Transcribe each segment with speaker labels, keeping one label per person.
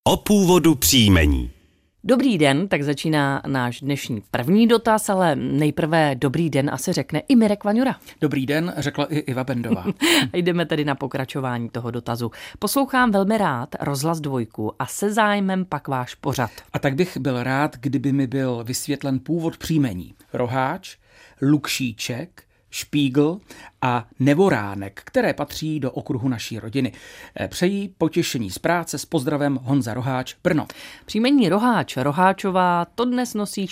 Speaker 1: O původu příjmení.
Speaker 2: Dobrý den, tak začíná náš dnešní první dotaz, ale nejprve dobrý den asi řekne i Mirek Vaňura.
Speaker 3: Dobrý den, řekla i Iva Bendová.
Speaker 2: Jdeme tedy na pokračování toho dotazu. Poslouchám velmi rád Rozhlas 2 a se zájmem pak váš pořad.
Speaker 3: A tak bych byl rád, kdyby mi byl vysvětlen původ příjmení. Roháč, Lukšíček, Špígl a Nevoránek, které patří do okruhu naší rodiny. Přeji potěšení z práce s pozdravem Honza Roháč, Brno.
Speaker 2: Příjmení Roháč, Roháčová to dnes nosí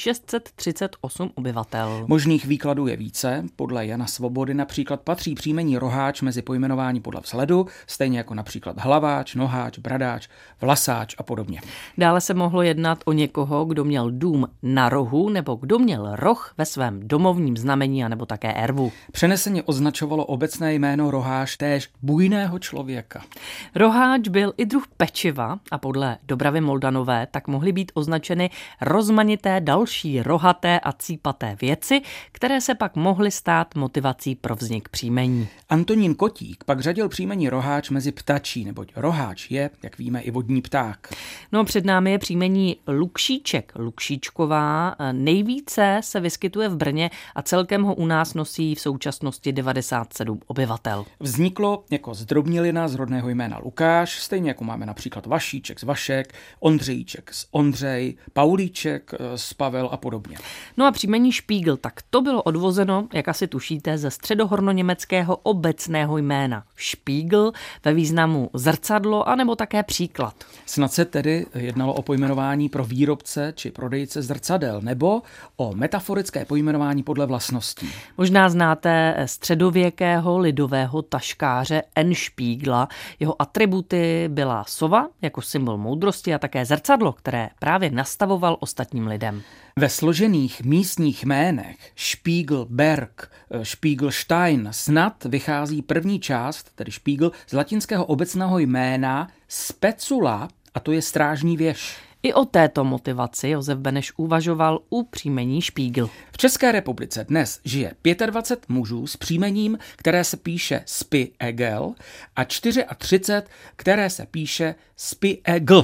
Speaker 2: 638 obyvatel.
Speaker 3: Možných výkladů je více. Podle Jana Svobody například patří příjmení Roháč mezi pojmenování podle vzhledu, stejně jako například Hlaváč, Noháč, Bradáč, Vlasáč a podobně.
Speaker 2: Dále se mohlo jednat o někoho, kdo měl dům na rohu nebo kdo měl roh ve svém domovním znamení anebo také erbu.
Speaker 3: Přeneseně označovalo obecné jméno Roháš též bujného člověka.
Speaker 2: Roháč byl i druh pečiva a podle Dobravy Moldanové tak mohly být označeny rozmanité další rohaté a cípaté věci, které se pak mohly stát motivací pro vznik příjmení.
Speaker 3: Antonín Kotík pak řadil příjmení Roháč mezi ptačí, neboť roháč je, jak víme, i vodní pták.
Speaker 2: No před námi je příjmení Lukšíček, Lukšíčková. Nejvíce se vyskytuje v Brně a celkem ho u nás nosí v současnosti 97 obyvatel.
Speaker 3: Vzniklo jako zdrobnilina z rodného jména Lukáš, stejně jako máme například Vašíček z Vašek, Ondřejíček z Ondřej, Paulíček z Pavel a podobně.
Speaker 2: No a příjmení Špígl, tak to bylo odvozeno, jak asi tušíte, ze středohornoněmeckého obecného jména Špígl ve významu zrcadlo anebo také příklad.
Speaker 3: Snad se tedy jednalo o pojmenování pro výrobce či prodejce zrcadel nebo o metaforické pojmenování podle vlastností.
Speaker 2: Možná znáte středověkého lidového taškáře N. Špígla. Jeho atributy byla sova jako symbol moudrosti a také zrcadlo, které právě nastavoval ostatním lidem.
Speaker 3: Ve složených místních jménech Špíglberg, Špíglstein snad vychází první část, tedy Špígl, z latinského obecného jména specula, a to je strážní věž.
Speaker 2: I o této motivaci Josef Beneš uvažoval u příjmení Špígl.
Speaker 3: V České republice dnes žije 25 mužů s příjmením, které se píše Spiegel, a 34, které se píše Spiegl.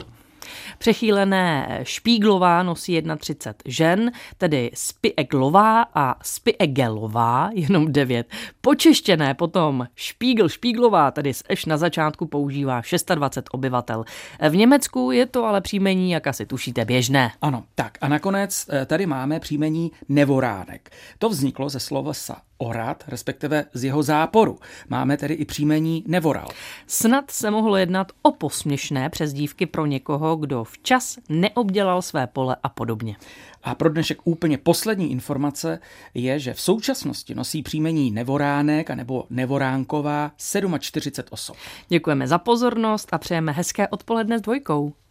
Speaker 2: Přechýlené Špíglová nosí 31 žen, tedy Spieglová a Spiegelová jenom 9. Počeštěné potom Špíglová, tedy s eš na začátku používá 26 obyvatel. V Německu je to ale příjmení, jak asi tušíte, běžné.
Speaker 3: Ano, tak a nakonec tady máme příjmení Nevoránek. To vzniklo ze slovesa orat, respektive z jeho záporu. Máme tedy i příjmení Nevoral.
Speaker 2: Snad se mohlo jednat o posměšné přezdívky pro někoho, kdo včas neobdělal své pole a podobně.
Speaker 3: A pro dnešek úplně poslední informace je, že v současnosti nosí příjmení Nevoránek anebo Nevoránková 47 osob.
Speaker 2: Děkujeme za pozornost a přejeme hezké odpoledne s 2.